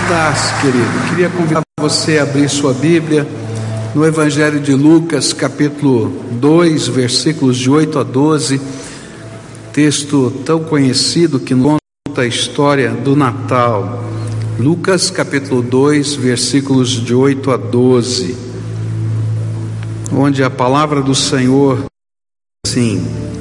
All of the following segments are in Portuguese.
estás, querido? Queria convidar você a abrir sua Bíblia no Evangelho de Lucas, capítulo 2, versículos de 8 a 12, texto tão conhecido que conta a história do Natal. Lucas, capítulo 2, versículos de 8 a 12, onde a palavra do Senhor diz assim,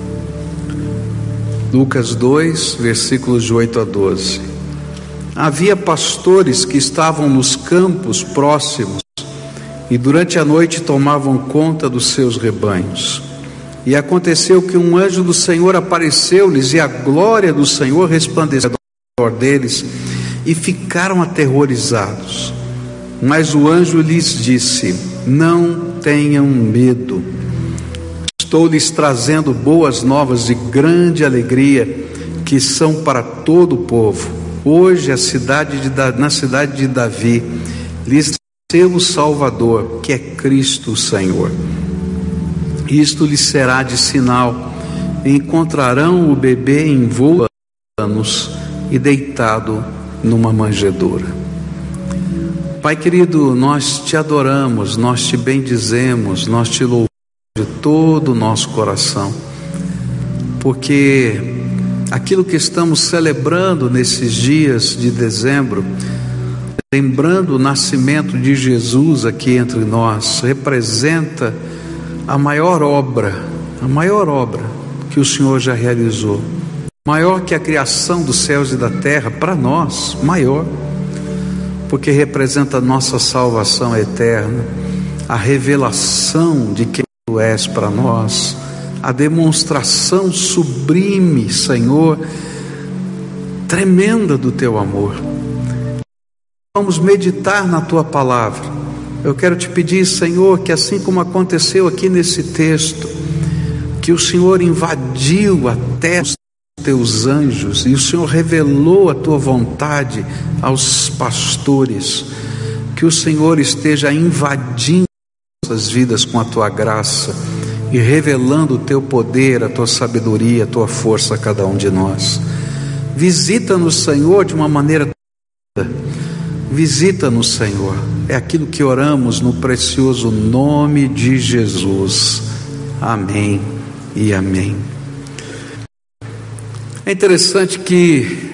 Lucas 2, versículos de 8 a 12. Havia pastores que estavam nos campos próximos e durante a noite tomavam conta dos seus rebanhos. E aconteceu que um anjo do Senhor apareceu-lhes e a glória do Senhor resplandeceu ao redor deles e ficaram aterrorizados. Mas o anjo lhes disse: não tenham medo. Estou lhes trazendo boas novas de grande alegria, que são para todo o povo. Hoje na cidade de Davi lhes nasceu o Salvador, que é Cristo o Senhor. Isto lhes será de sinal: encontrarão o bebê envolto em panos e deitado numa manjedoura. Pai querido, nós te adoramos, nós te bendizemos, nós te louvamos de todo o nosso coração, porque aquilo que estamos celebrando nesses dias de dezembro, lembrando o nascimento de Jesus aqui entre nós, representa a maior obra que o Senhor já realizou, maior que a criação dos céus e da terra, para nós, maior, porque representa a nossa salvação eterna, a revelação de quem Tu és para nós, a demonstração sublime, Senhor, tremenda do Teu amor. Vamos meditar na Tua palavra. Eu quero te pedir, Senhor, que assim como aconteceu aqui nesse texto, que o Senhor invadiu até os Teus anjos e o Senhor revelou a Tua vontade aos pastores, que o Senhor esteja invadindo nossas vidas com a Tua graça e revelando o Teu poder, a Tua sabedoria, a Tua força a cada um de nós. Visita-nos, Senhor, de uma maneira visita-nos, Senhor. É aquilo que oramos no precioso nome de Jesus. Amém e amém. É interessante que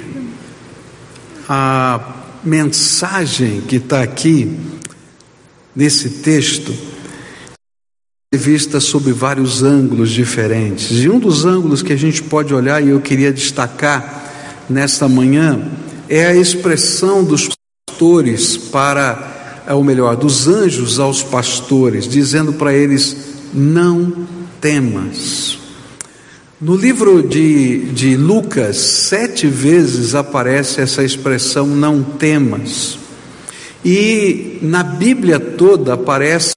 a mensagem que está aqui nesse texto é vista sob vários ângulos diferentes, e um dos ângulos que a gente pode olhar, e eu queria destacar nesta manhã, é a expressão dos pastores dos anjos aos pastores, dizendo para eles: não temas. No livro de Lucas, 7 vezes aparece essa expressão não temas, e na Bíblia toda aparece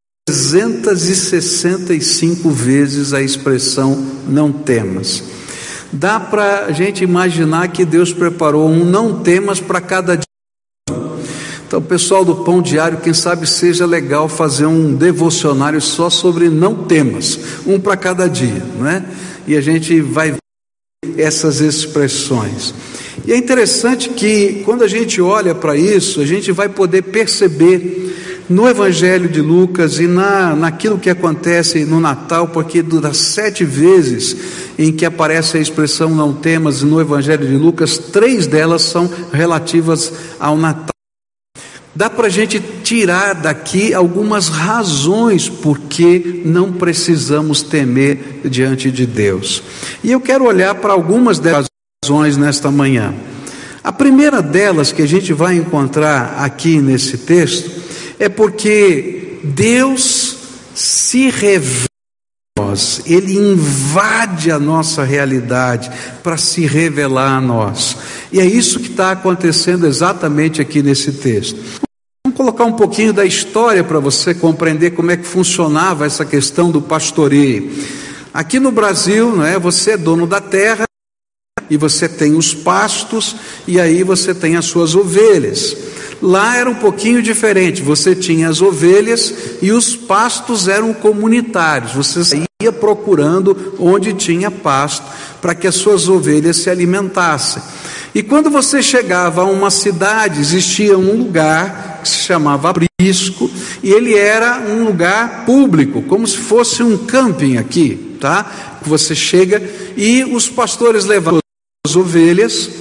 365 vezes a expressão não temas. Dá para a gente imaginar que Deus preparou um não temas para cada dia. Então, pessoal do Pão Diário, quem sabe seja legal fazer um devocionário só sobre não temas, um para cada dia, não é? E a gente vai ver essas expressões. E é interessante que quando a gente olha para isso, a gente vai poder perceber no Evangelho de Lucas e naquilo que acontece no Natal, porque das 7 vezes em que aparece a expressão não temas no Evangelho de Lucas, 3 delas são relativas ao Natal. Dá para a gente tirar daqui algumas razões porque não precisamos temer diante de Deus. E eu quero olhar para algumas dessas razões nesta manhã. A primeira delas que a gente vai encontrar aqui nesse texto é porque Deus se revela a nós, Ele invade a nossa realidade para se revelar a nós. E é isso que está acontecendo exatamente aqui nesse texto. Vamos colocar um pouquinho da história para você compreender como é que funcionava essa questão do pastoreio. Aqui no Brasil, você é dono da terra e você tem os pastos e aí você tem as suas ovelhas. Lá era um pouquinho diferente, você tinha as ovelhas e os pastos eram comunitários, você ia procurando onde tinha pasto para que as suas ovelhas se alimentassem. E quando você chegava a uma cidade, existia um lugar que se chamava aprisco, e ele era um lugar público, como se fosse um camping aqui, tá? Você chega e os pastores levavam as ovelhas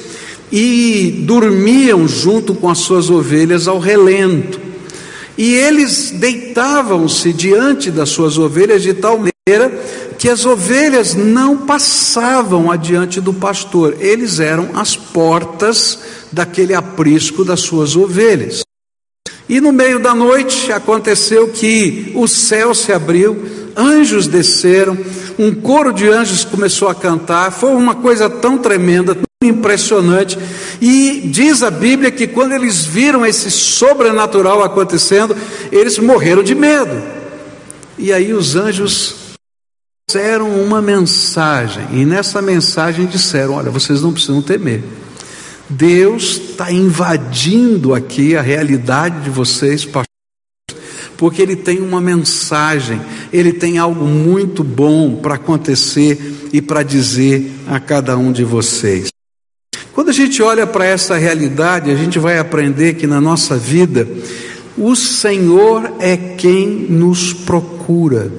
e dormiam junto com as suas ovelhas ao relento. E eles deitavam-se diante das suas ovelhas de tal maneira que as ovelhas não passavam adiante do pastor. Eles eram as portas daquele aprisco das suas ovelhas. E no meio da noite aconteceu que o céu se abriu, anjos desceram, um coro de anjos começou a cantar. Foi uma coisa tão tremenda, tão impressionante. E diz a Bíblia que quando eles viram esse sobrenatural acontecendo, eles morreram de medo. E aí os anjos disseram uma mensagem, e nessa mensagem disseram: olha, vocês não precisam temer, Deus está invadindo aqui a realidade de vocês, porque Ele tem uma mensagem, Ele tem algo muito bom para acontecer e para dizer a cada um de vocês. Quando a gente olha para essa realidade, a gente vai aprender que na nossa vida, o Senhor é quem nos procura,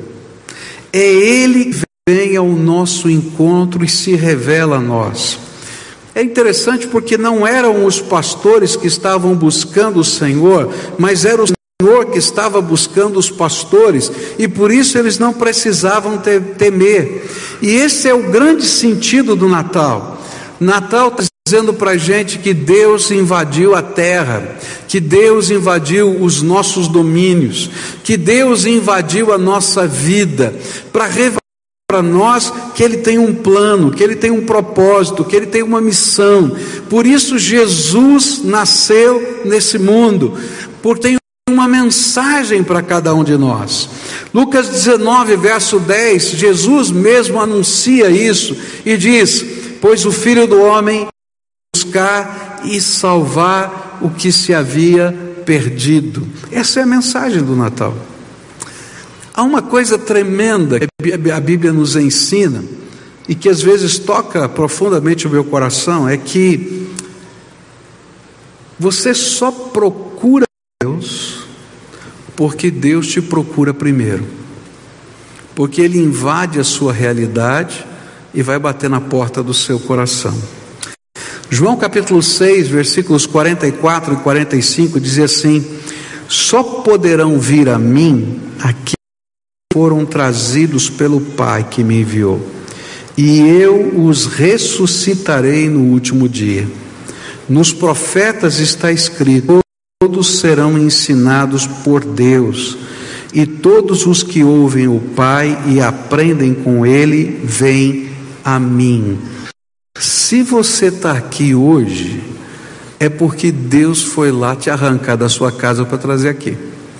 é Ele que vem ao nosso encontro e se revela a nós. É interessante porque não eram os pastores que estavam buscando o Senhor, mas era o Senhor que estava buscando os pastores, e por isso eles não precisavam temer. E esse é o grande sentido do Natal. Natal está dizendo para a gente que Deus invadiu a terra, que Deus invadiu os nossos domínios, que Deus invadiu a nossa vida, para revelar para nós que Ele tem um plano, que Ele tem um propósito, que Ele tem uma missão. Por isso Jesus nasceu nesse mundo, porque tem uma mensagem para cada um de nós. Lucas 19, verso 10, Jesus mesmo anuncia isso e diz: pois o Filho do Homem buscar e salvar o que se havia perdido. Essa é a mensagem do Natal. Há uma coisa tremenda que a Bíblia nos ensina e que às vezes toca profundamente o meu coração, é que você só procura Deus porque Deus te procura primeiro, porque Ele invade a sua realidade e vai bater na porta do seu coração. João capítulo 6, versículos 44 e 45 diz assim: só poderão vir a mim aqueles que foram trazidos pelo Pai que me enviou, e eu os ressuscitarei no último dia. Nos profetas está escrito: todos serão ensinados por Deus, e todos os que ouvem o Pai e aprendem com Ele vêm a mim. Se você está aqui hoje, é porque Deus foi lá te arrancar da sua casa para trazer aqui.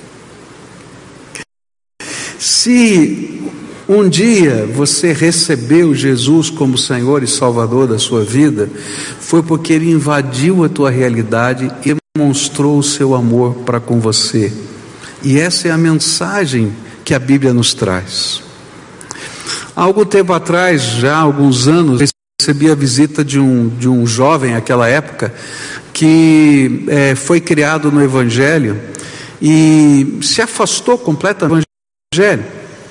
Se um dia você recebeu Jesus como Senhor e Salvador da sua vida, foi porque Ele invadiu a tua realidade e demonstrou o seu amor para com você. E essa é a mensagem que a Bíblia nos traz. Há algum tempo atrás, já há alguns anos, recebi a visita de um jovem naquela época, que foi criado no Evangelho e se afastou completamente do Evangelho.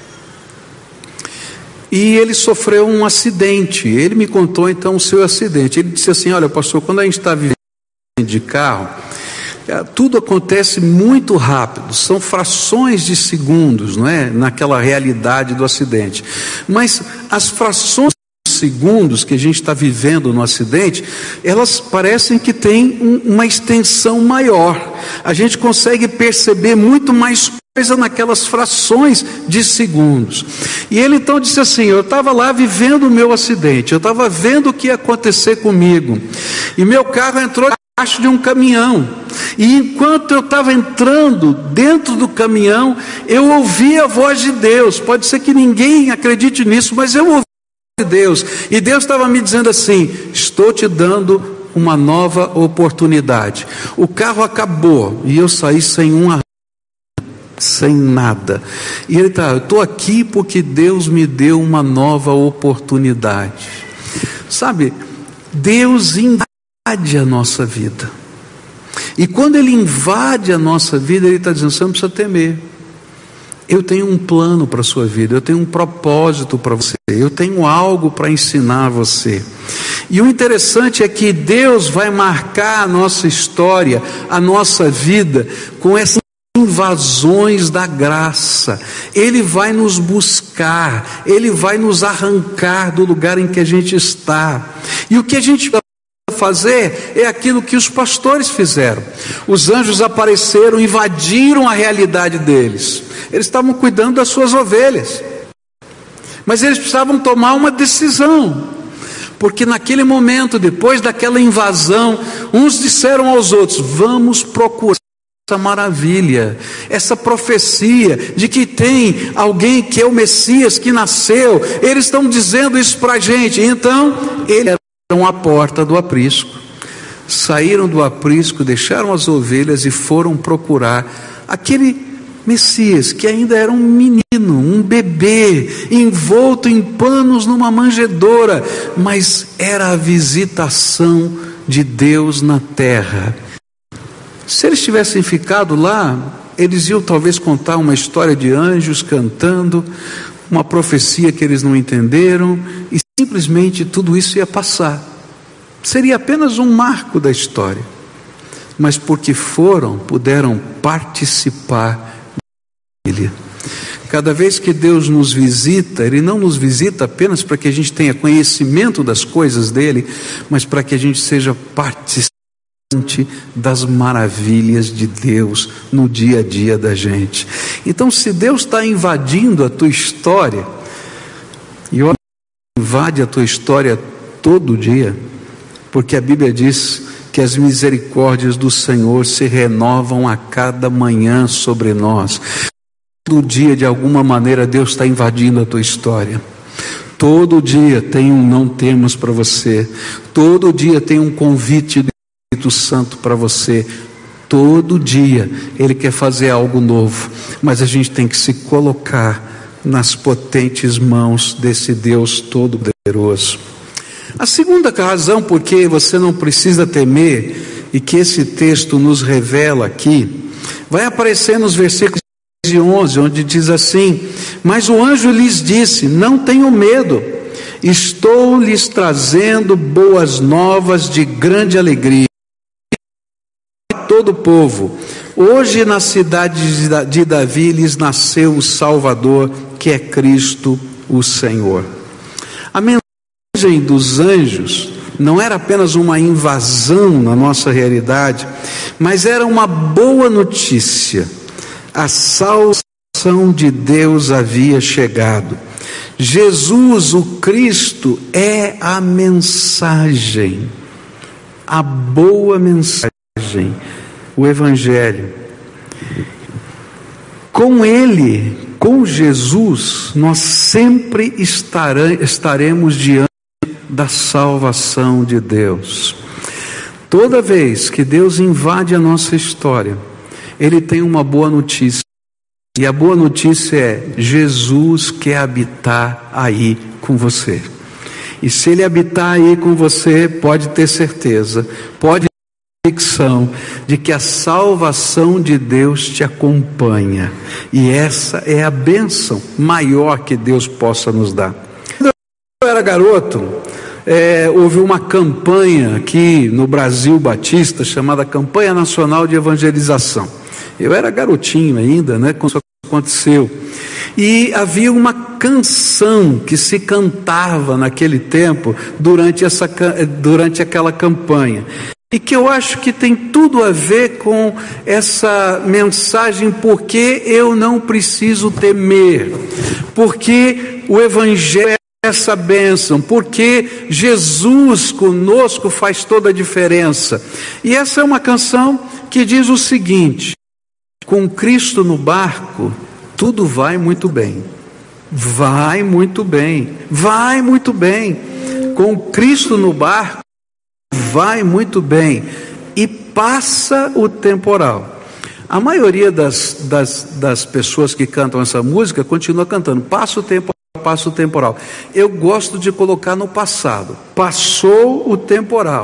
E ele sofreu um acidente. Ele me contou então o seu acidente. Ele disse assim: olha, pastor, quando a gente está vivendo de carro, tudo acontece muito rápido, são frações de segundos, não é? Naquela realidade do acidente. Mas as frações de segundos que a gente está vivendo no acidente, elas parecem que têm uma extensão maior. A gente consegue perceber muito mais coisa naquelas frações de segundos. E ele então disse assim: eu estava lá vivendo o meu acidente, eu estava vendo o que ia acontecer comigo, e meu carro entrou debaixo de um caminhão, e enquanto eu estava entrando dentro do caminhão, eu ouvi a voz de Deus. Pode ser que ninguém acredite nisso, mas eu ouvi a voz de Deus, e Deus estava me dizendo assim: estou te dando uma nova oportunidade. O carro acabou e eu saí sem nada, e ele eu estou aqui porque Deus me deu uma nova oportunidade. Sabe, Deus invade invade a nossa vida. E quando Ele invade a nossa vida, Ele está dizendo: você não precisa temer. Eu tenho um plano para a sua vida, eu tenho um propósito para você, eu tenho algo para ensinar você. E o interessante é que Deus vai marcar a nossa história, a nossa vida, com essas invasões da graça. Ele vai nos buscar, Ele vai nos arrancar do lugar em que a gente está. E o que a gente vai fazer é aquilo que os pastores fizeram. Os anjos apareceram, invadiram a realidade deles. Eles estavam cuidando das suas ovelhas, mas eles precisavam tomar uma decisão, porque naquele momento, depois daquela invasão, uns disseram aos outros: vamos procurar essa maravilha, essa profecia de que tem alguém que é o Messias que nasceu. Eles estão dizendo isso para a gente. Então eles eram à porta do aprisco, saíram do aprisco, deixaram as ovelhas e foram procurar aquele Messias, que ainda era um menino, um bebê, envolto em panos numa manjedoura, mas era a visitação de Deus na terra. Se eles tivessem ficado lá, eles iam talvez contar uma história de anjos cantando, uma profecia que eles não entenderam, e simplesmente tudo isso ia passar. Seria apenas um marco da história. Mas porque foram, puderam participar. Cada vez que Deus nos visita, Ele não nos visita apenas para que a gente tenha conhecimento das coisas dEle, mas para que a gente seja participante das maravilhas de Deus no dia a dia da gente. Então, se Deus está invadindo a tua história, e olha, invade a tua história todo dia, porque a Bíblia diz que as misericórdias do Senhor se renovam a cada manhã sobre nós. Todo dia, de alguma maneira, Deus está invadindo a tua história. Todo dia tem um não temos para você. Todo dia tem um convite do Espírito Santo para você. Todo dia Ele quer fazer algo novo, mas a gente tem que se colocar nas potentes mãos desse Deus Todo-Poderoso. A segunda razão por que você não precisa temer, e que esse texto nos revela aqui, vai aparecer nos versículos 11, onde diz assim: mas o anjo lhes disse: não tenham medo, estou lhes trazendo boas novas de grande alegria a todo o povo. Hoje na cidade de Davi lhes nasceu o Salvador, que é Cristo o Senhor. A mensagem dos anjos não era apenas uma invasão na nossa realidade, mas era uma boa notícia. A salvação de Deus havia chegado. Jesus, o Cristo, é a mensagem, a boa mensagem, o Evangelho. Com Ele, com Jesus, nós sempre estaremos diante da salvação de Deus. Toda vez que Deus invade a nossa história, Ele tem uma boa notícia, e a boa notícia é: Jesus quer habitar aí com você. E se Ele habitar aí com você, pode ter certeza, pode ter convicção de que a salvação de Deus te acompanha, e essa é a bênção maior que Deus possa nos dar. Quando eu era garoto, houve uma campanha aqui no Brasil Batista, chamada Campanha Nacional de Evangelização. Eu era garotinho ainda, quando isso aconteceu. E havia uma canção que se cantava naquele tempo, durante aquela campanha. E que eu acho que tem tudo a ver com essa mensagem: porque eu não preciso temer, porque o Evangelho é essa bênção, porque Jesus conosco faz toda a diferença. E essa é uma canção que diz o seguinte: com Cristo no barco, tudo vai muito bem. Vai muito bem, vai muito bem. Com Cristo no barco, vai muito bem. E passa o temporal. A maioria das pessoas que cantam essa música continua cantando: passa o temporal, passa o temporal. Eu gosto de colocar no passado: passou o temporal,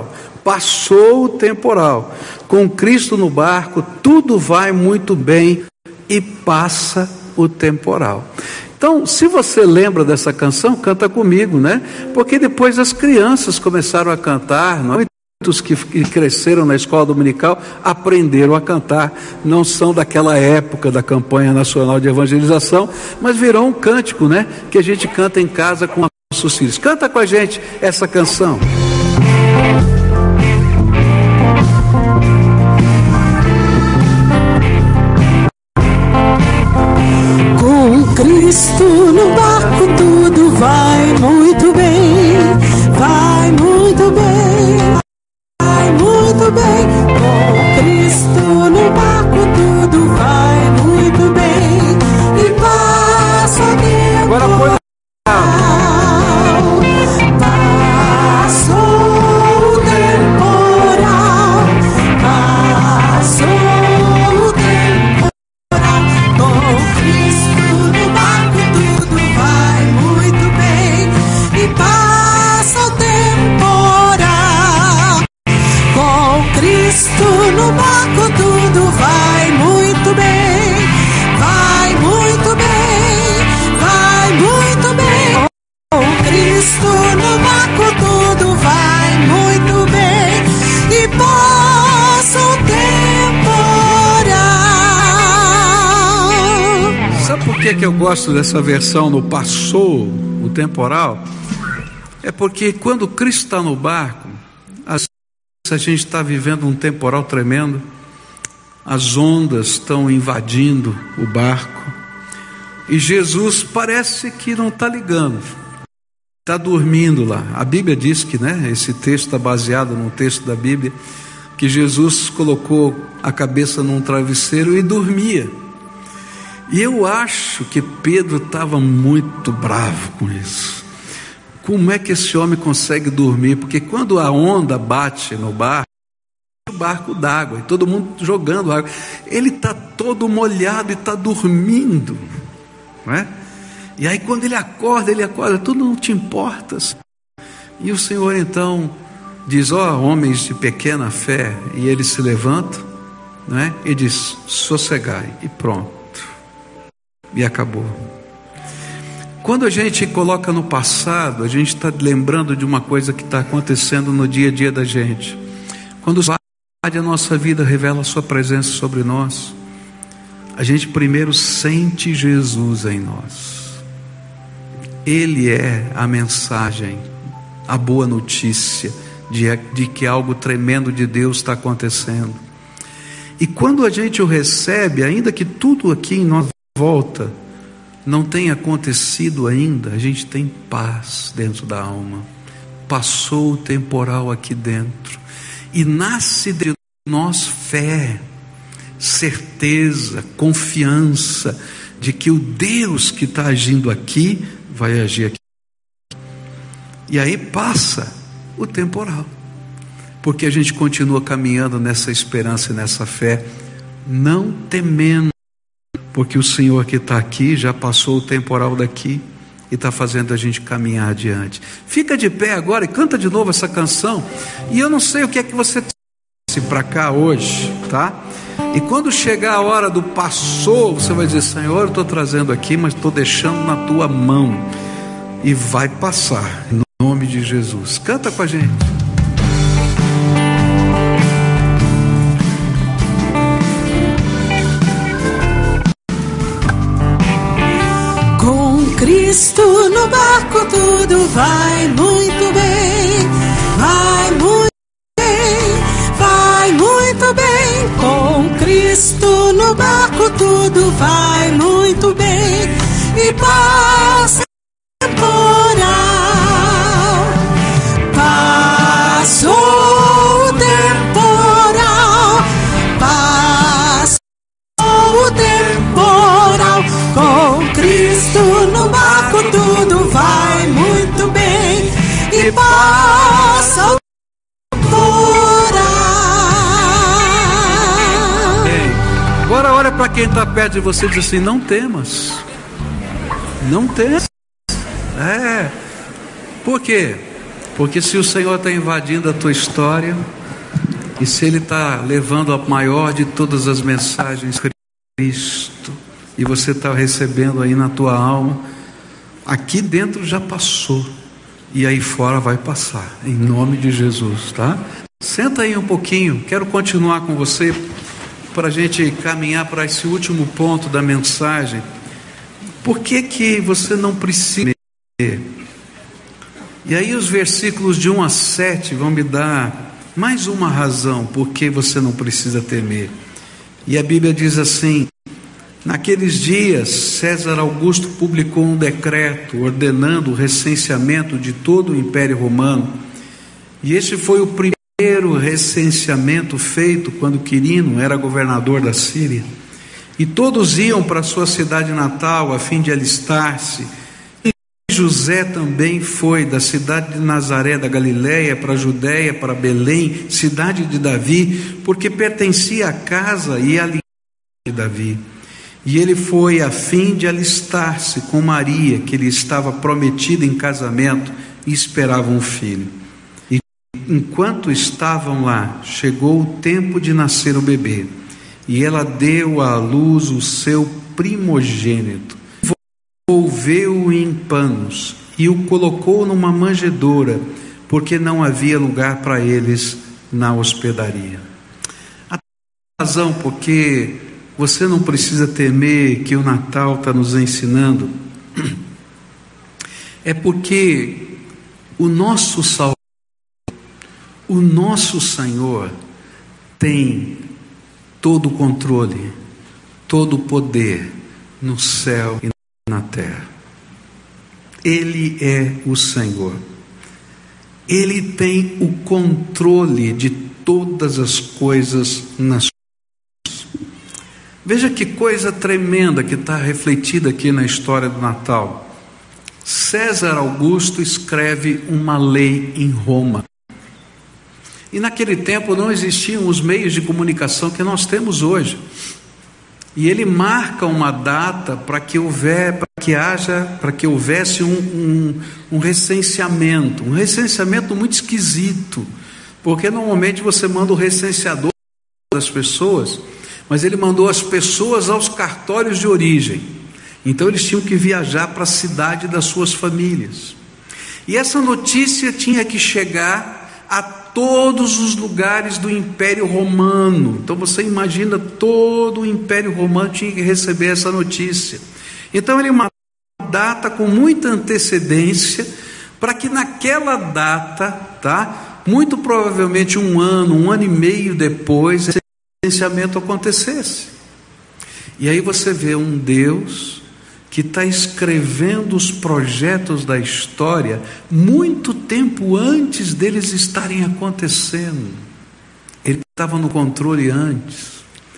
Passou o temporal. Com Cristo no barco, tudo vai muito bem e passa o temporal. Então, se você lembra dessa canção, canta comigo, né? Porque depois as crianças começaram a cantar, muitos que cresceram na escola dominical aprenderam a cantar, não são daquela época da campanha nacional de evangelização, mas virou um cântico, né? Que a gente canta em casa com nossos filhos. Canta com a gente essa canção. Cristo no barco tudo vai muito bem, vai muito bem, vai muito bem. Com Cristo no barco tudo vai muito bem e passa o tempo. Agora põe no barco tudo vai muito bem, vai muito bem, vai muito bem. Com Cristo no barco tudo vai muito bem e passa o temporal. Sabe por que eu gosto dessa versão no passou o temporal? É porque quando Cristo está no barco, a gente está vivendo um temporal tremendo, as ondas estão invadindo o barco, e Jesus parece que não está ligando, está dormindo lá. A Bíblia diz que, né, esse texto está baseado num texto da Bíblia, que Jesus colocou a cabeça num travesseiro e dormia. E eu acho que Pedro estava muito bravo com isso. Como é que esse homem consegue dormir? Porque quando a onda bate no barco, o barco d'água, e todo mundo jogando água, ele está todo molhado e está dormindo, não é? E aí quando ele acorda, tudo não te importas. E o Senhor então diz: ó, homens de pequena fé, e ele se levanta, não é? E diz: sossegai, e pronto, e acabou. Quando a gente coloca no passado, a gente está lembrando de uma coisa que está acontecendo no dia a dia da gente. Quando a nossa vida revela a sua presença sobre nós, a gente primeiro sente Jesus em nós. Ele é a mensagem, a boa notícia de que algo tremendo de Deus está acontecendo. E quando a gente o recebe, ainda que tudo aqui em nossa volta não tem acontecido ainda, a gente tem paz dentro da alma. Passou o temporal aqui dentro e nasce de nós fé, certeza, confiança de que o Deus que está agindo aqui vai agir aqui. E aí passa o temporal, porque a gente continua caminhando nessa esperança e nessa fé, não temendo, porque o Senhor que está aqui já passou o temporal daqui e está fazendo a gente caminhar adiante. Fica de pé agora e canta de novo essa canção. E eu não sei o que é que você trouxe para cá hoje, tá? E quando chegar a hora do passou, você vai dizer: Senhor, eu estou trazendo aqui, mas estou deixando na tua mão. E vai passar, em nome de Jesus. Canta com a gente. Cristo no barco tudo vai muito bem, vai muito bem, vai muito bem. Com Cristo no barco tudo vai muito bem e passa o temporal. Passou o temporal, passou o temporal. Com Cristo no barco tudo vai muito bem e passa o temporal. Agora olha para quem está perto de você e diz assim: não temas, não temas. Por quê? Porque se o Senhor está invadindo a tua história, e se Ele está levando a maior de todas as mensagens, Cristo, e você está recebendo aí na tua alma, aqui dentro já passou, e aí fora vai passar, em nome de Jesus, tá? Senta aí um pouquinho, quero continuar com você, para a gente caminhar para esse último ponto da mensagem. Por que você não precisa temer? E aí os versículos de 1 a 7 vão me dar mais uma razão por que você não precisa temer. E a Bíblia diz assim: naqueles dias César Augusto publicou um decreto ordenando o recenseamento de todo o Império Romano, e este foi o primeiro recenseamento feito quando Quirino era governador da Síria, e todos iam para sua cidade natal a fim de alistar-se. José também foi da cidade de Nazaré da Galiléia para a Judéia, para Belém, cidade de Davi, porque pertencia à casa e à linhagem de Davi. E ele foi a fim de alistar-se com Maria, que lhe estava prometida em casamento, e esperava um filho. E enquanto estavam lá, chegou o tempo de nascer o bebê, e ela deu à luz o seu primogênito. Envolveu-o em panos e o colocou numa manjedoura, porque não havia lugar para eles na hospedaria. A razão porque você não precisa temer, que o Natal está nos ensinando, é porque o nosso Salvador, o nosso Senhor, tem todo o controle, todo o poder no céu e na terra. Ele é o Senhor. Ele tem o controle de todas as coisas nas coisas. Veja que coisa tremenda que está refletida aqui na história do Natal. César Augusto escreve uma lei em Roma. E naquele tempo não existiam os meios de comunicação que nós temos hoje. E ele marca uma data para que houvesse um recenseamento muito esquisito, porque normalmente você manda o recenseador das pessoas, mas ele mandou as pessoas aos cartórios de origem. Então eles tinham que viajar para a cidade das suas famílias, e essa notícia tinha que chegar a todos os lugares do Império Romano. Então você imagina, todo o Império Romano tinha que receber essa notícia. Então ele marcou uma data com muita antecedência, para que naquela data, tá, muito provavelmente um ano e meio depois, esse recenseamento acontecesse. E aí você vê um Deus que está escrevendo os projetos da história muito tempo antes deles estarem acontecendo. Ele estava no controle antes.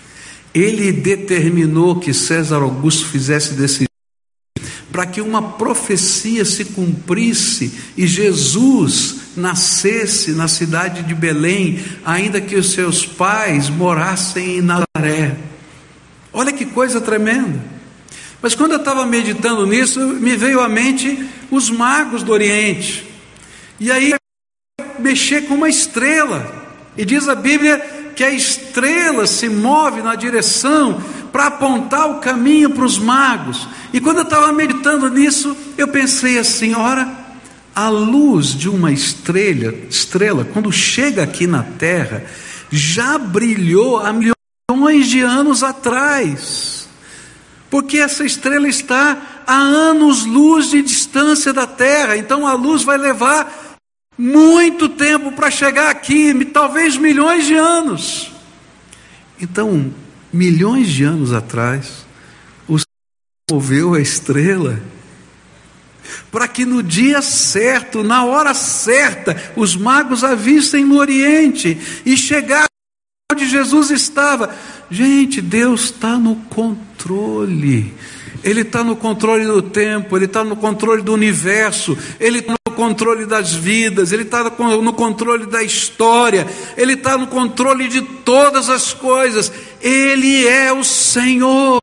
Ele determinou que César Augusto fizesse desse jeito, para que uma profecia se cumprisse e Jesus nascesse na cidade de Belém, ainda que os seus pais morassem em Nazaré. Olha que coisa tremenda. Mas quando eu estava meditando nisso, me veio à mente os magos do Oriente. E aí mexer com uma estrela. E diz a Bíblia que a estrela se move na direção para apontar o caminho para os magos. E quando eu estava meditando nisso, eu pensei assim: ora, a luz de uma estrela, quando chega aqui na Terra, já brilhou há milhões de anos atrás. Porque essa estrela está a anos-luz de distância da Terra. Então a luz vai levar muito tempo para chegar aqui, talvez milhões de anos. Então, milhões de anos atrás, o Senhor moveu a estrela para que no dia certo, na hora certa, os magos a vissem no Oriente e chegassem onde Jesus estava. Gente, Deus está no controle. Ele está no controle do tempo, Ele está no controle do universo, Ele está no controle das vidas, Ele está no controle da história, Ele está no controle de todas as coisas. Ele é o Senhor.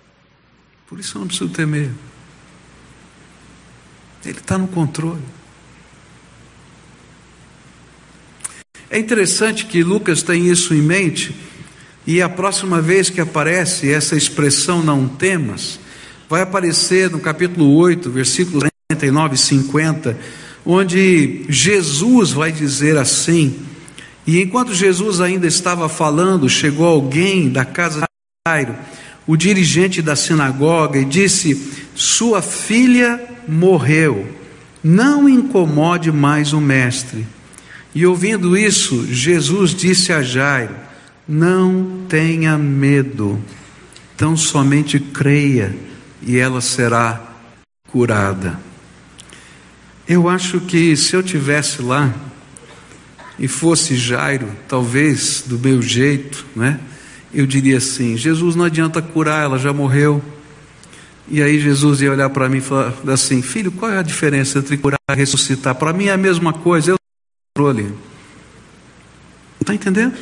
Por isso eu não preciso temer. Ele está no controle. É interessante que Lucas tem isso em mente, e a próxima vez que aparece essa expressão não temas, vai aparecer no capítulo 8, versículos 49 e 50, onde Jesus vai dizer assim, e enquanto Jesus ainda estava falando, chegou alguém da casa de Jairo, o dirigente da sinagoga, e disse: sua filha morreu, não incomode mais o mestre. E ouvindo isso, Jesus disse a Jairo: não tenha medo, tão somente creia e ela será curada. Eu acho que se eu tivesse lá e fosse Jairo, talvez do meu jeito, né? Eu diria assim: Jesus, não adianta curar, ela já morreu. E aí Jesus ia olhar para mim e falar assim: filho, qual é a diferença entre curar e ressuscitar? Para mim é a mesma coisa, eu tenho controle. Está entendendo?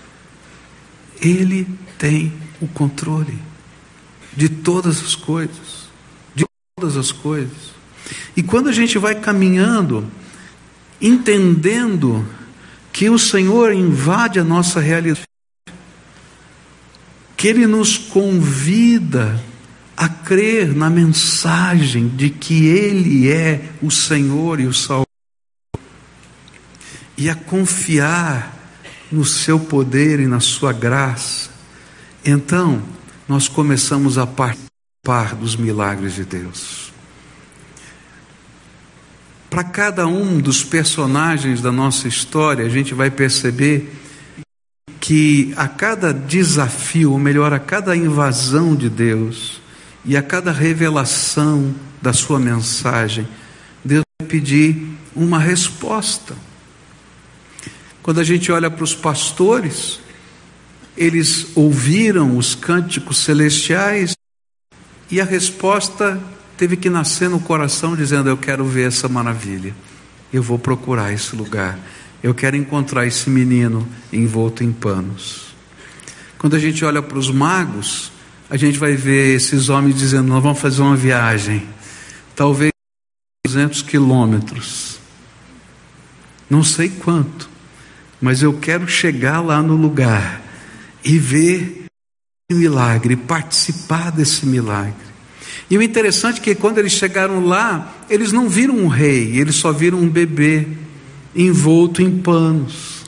Ele tem o controle de todas as coisas, de todas as coisas. E quando a gente vai caminhando, entendendo que o Senhor invade a nossa realidade, que Ele nos convida a crer na mensagem de que Ele é o Senhor e o Salvador, e a confiar no seu poder e na sua graça, então nós começamos a participar dos milagres de Deus. Para cada um dos personagens da nossa história, a gente vai perceber que a cada desafio, ou melhor, a cada invasão de Deus e a cada revelação da sua mensagem, Deus vai pedir uma resposta. Quando a gente olha para os pastores, eles ouviram os cânticos celestiais e a resposta teve que nascer no coração, dizendo: eu quero ver essa maravilha, eu vou procurar esse lugar, eu quero encontrar esse menino envolto em panos. Quando a gente olha para os magos, a gente vai ver esses homens dizendo: nós vamos fazer uma viagem, talvez 200 quilômetros, não sei quanto, mas eu quero chegar lá no lugar e ver esse milagre, participar desse milagre. E o interessante é que quando eles chegaram lá, eles não viram um rei, eles só viram um bebê envolto em panos.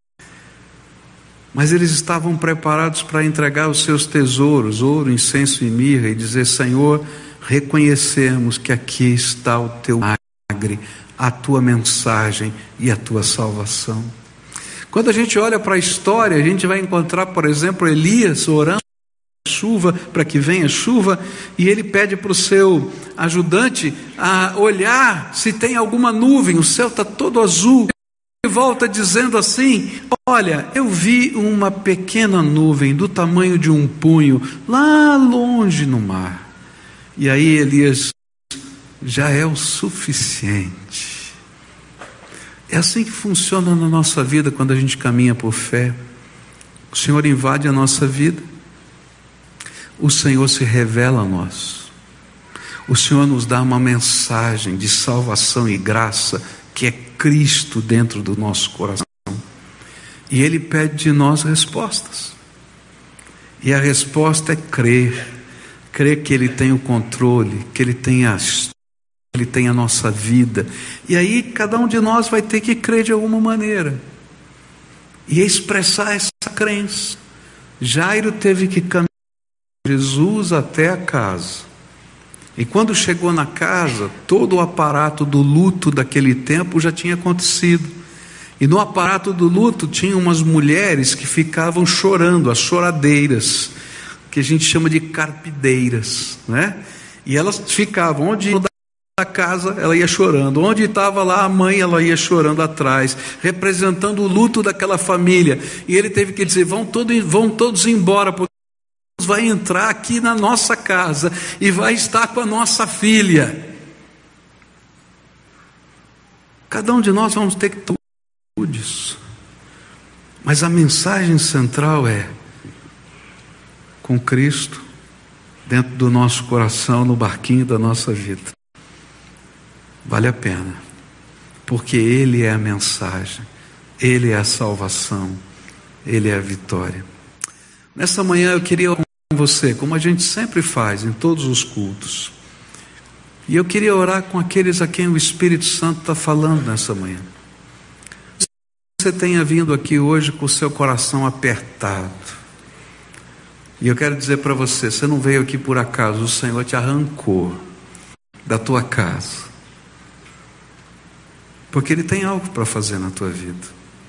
Mas eles estavam preparados para entregar os seus tesouros, ouro, incenso e mirra, e dizer: Senhor, reconhecemos que aqui está o teu milagre, a tua mensagem e a tua salvação. Quando a gente olha para a história, a gente vai encontrar, por exemplo, Elias orando chuva, para que venha chuva, e ele pede para o seu ajudante a olhar se tem alguma nuvem, o céu está todo azul. Ele volta dizendo assim: olha, eu vi uma pequena nuvem do tamanho de um punho lá longe no mar. E aí Elias: já é o suficiente. É assim que funciona na nossa vida quando a gente caminha por fé. O Senhor invade a nossa vida, o Senhor se revela a nós, o Senhor nos dá uma mensagem de salvação e graça, que é Cristo dentro do nosso coração, e Ele pede de nós respostas, e a resposta é crer que Ele tem o controle, que Ele tem Ele tem a nossa vida. E aí cada um de nós vai ter que crer de alguma maneira e expressar essa crença. Jairo teve que caminhar com Jesus até a casa, e quando chegou na casa, todo o aparato do luto daquele tempo já tinha acontecido, e no aparato do luto tinha umas mulheres que ficavam chorando, as choradeiras, que a gente chama de carpideiras, né? E elas ficavam onde da casa, ela ia chorando, onde estava lá a mãe, ela ia chorando atrás, representando o luto daquela família. E ele teve que dizer: vão todos embora, porque Deus vai entrar aqui na nossa casa e vai estar com a nossa filha. Cada um de nós vamos ter que tomar disso, mas a mensagem central é: com Cristo dentro do nosso coração, no barquinho da nossa vida, vale a pena, porque Ele é a mensagem, Ele é a salvação, Ele é a vitória. Nessa manhã eu queria orar com você, como a gente sempre faz em todos os cultos. E eu queria orar com aqueles a quem o Espírito Santo está falando nessa manhã. Você tenha vindo aqui hoje com o seu coração apertado. E eu quero dizer para você, você não veio aqui por acaso, o Senhor te arrancou da tua casa. Porque Ele tem algo para fazer na tua vida.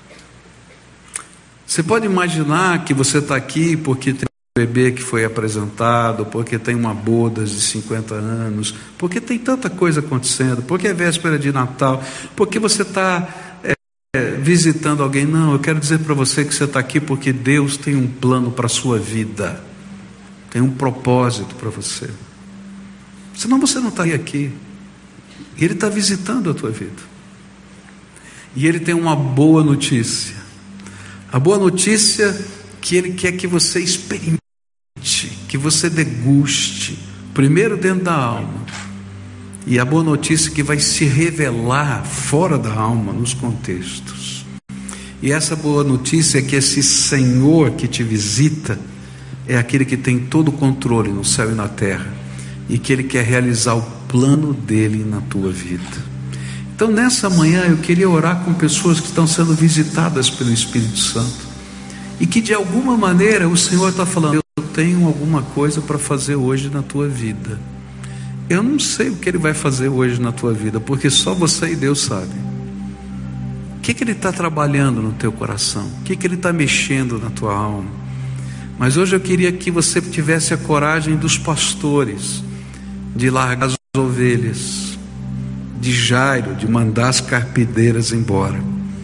Você pode imaginar que você está aqui porque tem um bebê que foi apresentado, porque tem uma boda de 50 anos, porque tem tanta coisa acontecendo, porque é véspera de Natal, porque você está visitando alguém. Não, eu quero dizer para você que você está aqui porque Deus tem um plano para a sua vida, tem um propósito para você, senão você não estaria aqui. E Ele está visitando a tua vida, e Ele tem uma boa notícia. A boa notícia que Ele quer que você experimente, que você deguste, primeiro dentro da alma, e a boa notícia que vai se revelar fora da alma, nos contextos. E essa boa notícia é que esse Senhor que te visita é aquele que tem todo o controle no céu e na terra, e que Ele quer realizar o plano dEle na tua vida. Então nessa manhã eu queria orar com pessoas que estão sendo visitadas pelo Espírito Santo, e que de alguma maneira o Senhor está falando: eu tenho alguma coisa para fazer hoje na tua vida. Eu não sei o que Ele vai fazer hoje na tua vida, porque só você e Deus sabem. O que Ele está trabalhando no teu coração, o que Ele está mexendo na tua alma. Mas hoje eu queria que você tivesse a coragem dos pastores de largar as ovelhas, de Jairo, de mandar as carpideiras embora,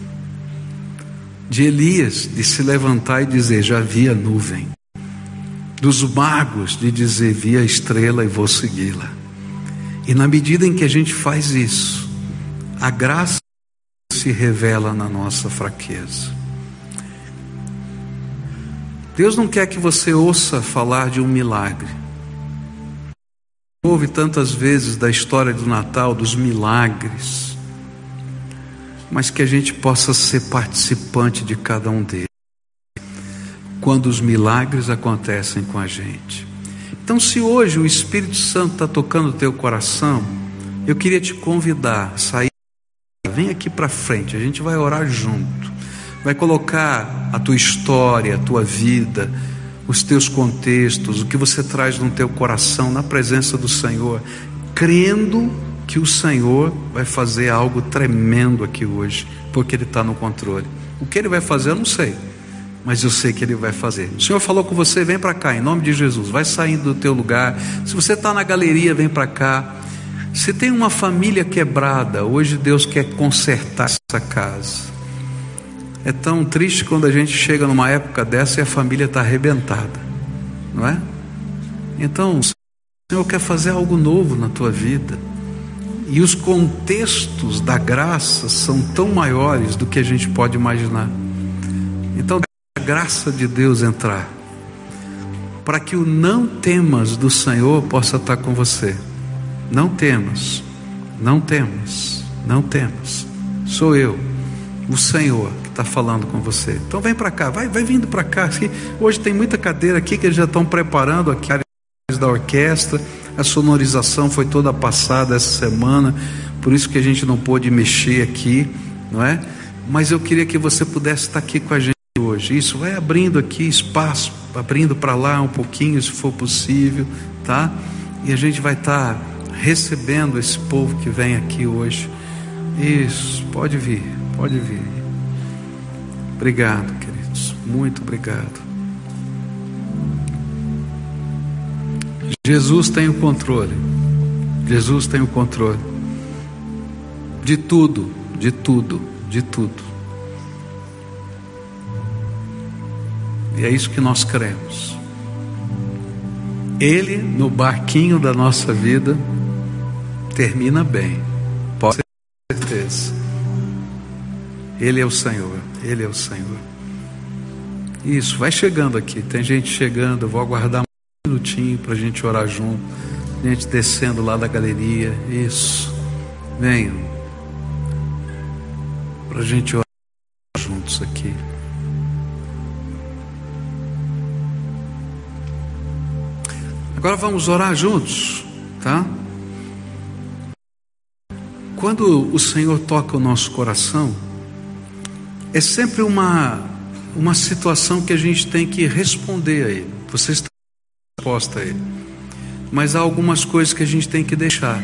de Elias, de se levantar e dizer: já vi a nuvem, dos magos, de dizer: vi a estrela e vou segui-la. E na medida em que a gente faz isso, a graça se revela na nossa fraqueza. Deus não quer que você ouça falar de um milagre. Ouve tantas vezes da história do Natal, dos milagres, mas que a gente possa ser participante de cada um deles, quando os milagres acontecem com a gente. Então, se hoje o Espírito Santo está tocando o teu coração, eu queria te convidar a sair, vem aqui para frente, a gente vai orar junto, vai colocar a tua história, a tua vida, os teus contextos, o que você traz no teu coração na presença do Senhor, crendo que o Senhor vai fazer algo tremendo aqui hoje, porque Ele está no controle. O que Ele vai fazer eu não sei, mas eu sei que Ele vai fazer. O Senhor falou com você: vem para cá, em nome de Jesus. Vai saindo do teu lugar. Se você está na galeria, vem para cá. Se tem uma família quebrada, hoje Deus quer consertar essa casa. É tão triste quando a gente chega numa época dessa e a família está arrebentada, não é? Então o Senhor quer fazer algo novo na tua vida, e os contextos da graça são tão maiores do que a gente pode imaginar. Então a graça de Deus entrar, para que o não temas do Senhor possa estar com você. Não temas, não temas, não temas. Sou eu, o Senhor, que está falando com você. Então vem para cá, vai vindo para cá. Hoje tem muita cadeira aqui que eles já estão preparando aqui da orquestra. A sonorização foi toda passada essa semana, por isso que a gente não pôde mexer aqui, não é? Mas eu queria que você pudesse estar aqui com a gente hoje. Isso, vai abrindo aqui espaço, abrindo para lá um pouquinho, se for possível, tá? E a gente vai estar recebendo esse povo que vem aqui hoje. Isso, pode vir, pode vir. Obrigado, queridos, muito obrigado. Jesus tem o controle. Jesus tem o controle de tudo, de tudo, de tudo. E é isso que nós cremos. Ele, no barquinho da nossa vida, termina bem, pode ter certeza. Ele é o Senhor, Ele é o Senhor. Isso, vai chegando aqui, tem gente chegando, eu vou aguardar um minutinho para a gente orar junto, gente descendo lá da galeria. Isso, venham, para a gente orar junto. juntos aqui. Agora vamos orar juntos, tá? Quando o Senhor toca o nosso coração, é sempre uma situação que a gente tem que responder a Ele. Você está resposta a Ele. Mas há algumas coisas que a gente tem que deixar.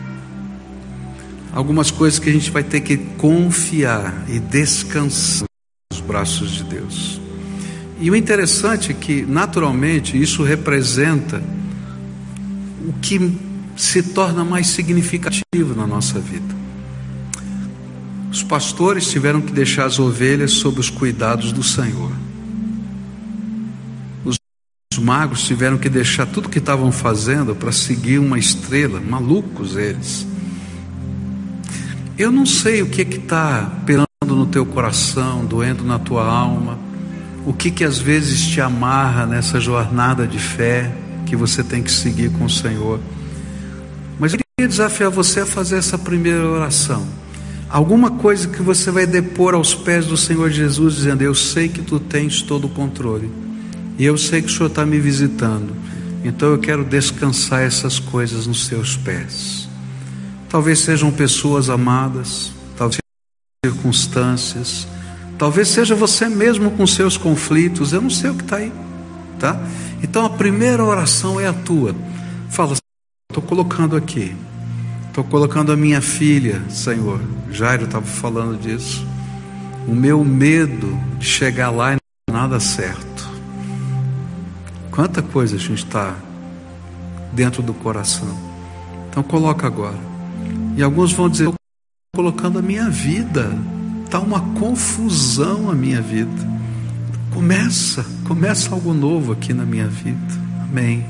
Algumas coisas que a gente vai ter que confiar e descansar nos braços de Deus. E o interessante é que, naturalmente, isso representa o que se torna mais significativo na nossa vida. Os pastores tiveram que deixar as ovelhas sob os cuidados do Senhor. Os magos tiveram que deixar tudo o que estavam fazendo para seguir uma estrela. Malucos eles. Eu não sei o que está perando no teu coração, doendo na tua alma, o que às vezes te amarra nessa jornada de fé que você tem que seguir com o Senhor. Mas eu queria desafiar você a fazer essa primeira oração. Alguma coisa que você vai depor aos pés do Senhor Jesus, dizendo: eu sei que tu tens todo o controle, e eu sei que o Senhor está me visitando, então eu quero descansar essas coisas nos seus pés. Talvez sejam pessoas amadas, talvez sejam circunstâncias, talvez seja você mesmo com seus conflitos, eu não sei o que está aí, tá? Então a primeira oração é a tua. Fala: estou colocando aqui, estou colocando a minha filha, Senhor. Jairo estava falando disso. O meu medo de chegar lá e não dar nada certo. Quanta coisa a gente está dentro do coração. Então coloca agora. E alguns vão dizer: estou colocando a minha vida, está uma confusão a minha vida. Começa algo novo aqui na minha vida. Amém.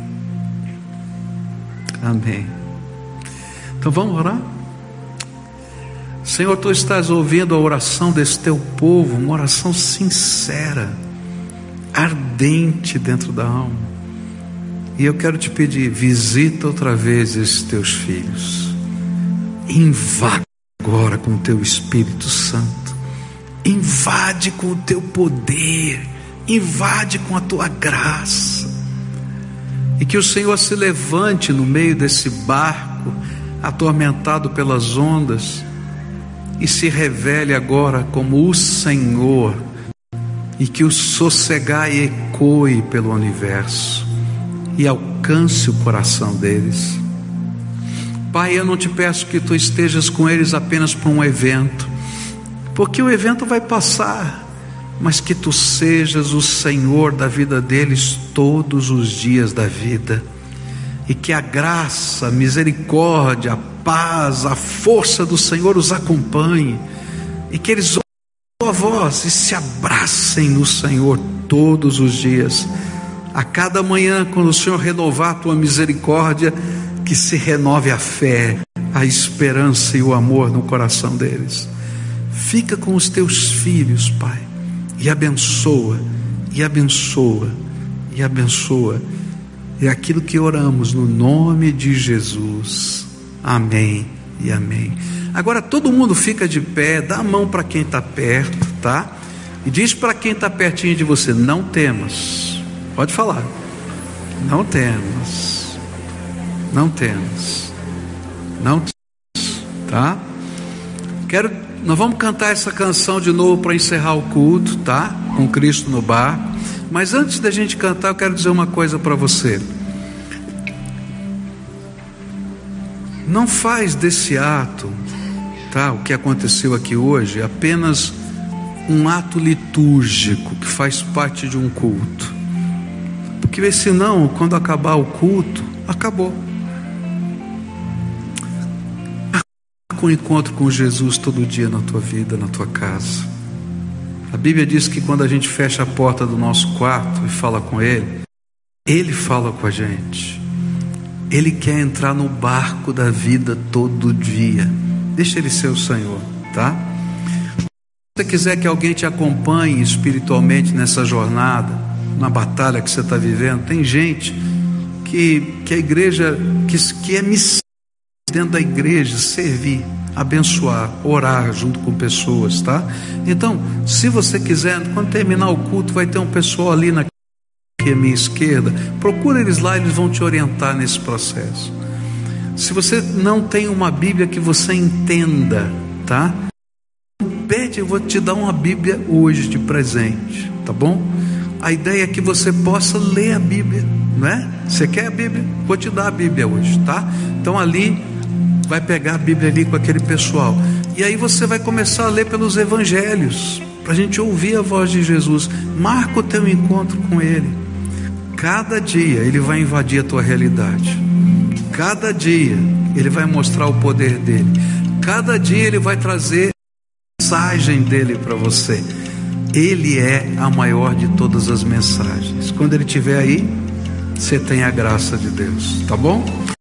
Amém. Então vamos orar? Senhor, tu estás ouvindo a oração desse teu povo, uma oração sincera, ardente dentro da alma. E eu quero te pedir: visita outra vez esses teus filhos. Invade agora com o teu Espírito Santo. Invade com o teu poder. Invade com a tua graça. E que o Senhor se levante no meio desse barco atormentado pelas ondas e se revele agora como o Senhor, e que o sossegai ecoe pelo universo e alcance o coração deles. Pai, eu não te peço que tu estejas com eles apenas para um evento, porque o evento vai passar, mas que tu sejas o Senhor da vida deles todos os dias da vida, e que a graça, a misericórdia, a paz, a força do Senhor os acompanhe, e que eles ouçam a tua voz e se abracem no Senhor todos os dias. A cada manhã, quando o Senhor renovar a tua misericórdia, que se renove a fé, a esperança e o amor no coração deles. Fica com os teus filhos, Pai, e abençoa, e abençoa, e abençoa. É aquilo que oramos no nome de Jesus. Amém e amém. Agora todo mundo fica de pé, dá a mão para quem está perto, tá? E diz para quem está pertinho de você: não temas. Pode falar. Não temas. Não temas. Não temas, tá? Nós vamos cantar essa canção de novo para encerrar o culto, tá? Com Cristo no barco. Mas antes da gente cantar, eu quero dizer uma coisa para você. Não faz desse ato, tá? O que aconteceu aqui hoje, apenas um ato litúrgico que faz parte de um culto. Porque senão, quando acabar o culto, acabou. Com um encontro com Jesus todo dia na tua vida, na tua casa. A Bíblia diz que quando a gente fecha a porta do nosso quarto e fala com Ele, Ele fala com a gente. Ele quer entrar no barco da vida todo dia. Deixa Ele ser o Senhor, tá? Se você quiser que alguém te acompanhe espiritualmente nessa jornada, na batalha que você está vivendo, tem gente que a igreja que é missão dentro da igreja, servir, abençoar, orar junto com pessoas, tá? Então, se você quiser, quando terminar o culto, vai ter um pessoal ali na minha esquerda, procura eles lá, eles vão te orientar nesse processo. Se você não tem uma Bíblia que você entenda, tá? Pede, eu vou te dar uma Bíblia hoje de presente, tá bom? A ideia é que você possa ler a Bíblia, não é? Você quer a Bíblia? Vou te dar a Bíblia hoje, tá? Então ali, vai pegar a Bíblia ali com aquele pessoal, e aí você vai começar a ler pelos evangelhos, para a gente ouvir a voz de Jesus. Marca o teu encontro com Ele. Cada dia Ele vai invadir a tua realidade, cada dia Ele vai mostrar o poder dEle, cada dia Ele vai trazer a mensagem dEle para você. Ele é a maior de todas as mensagens. Quando Ele estiver aí, você tem a graça de Deus, tá bom?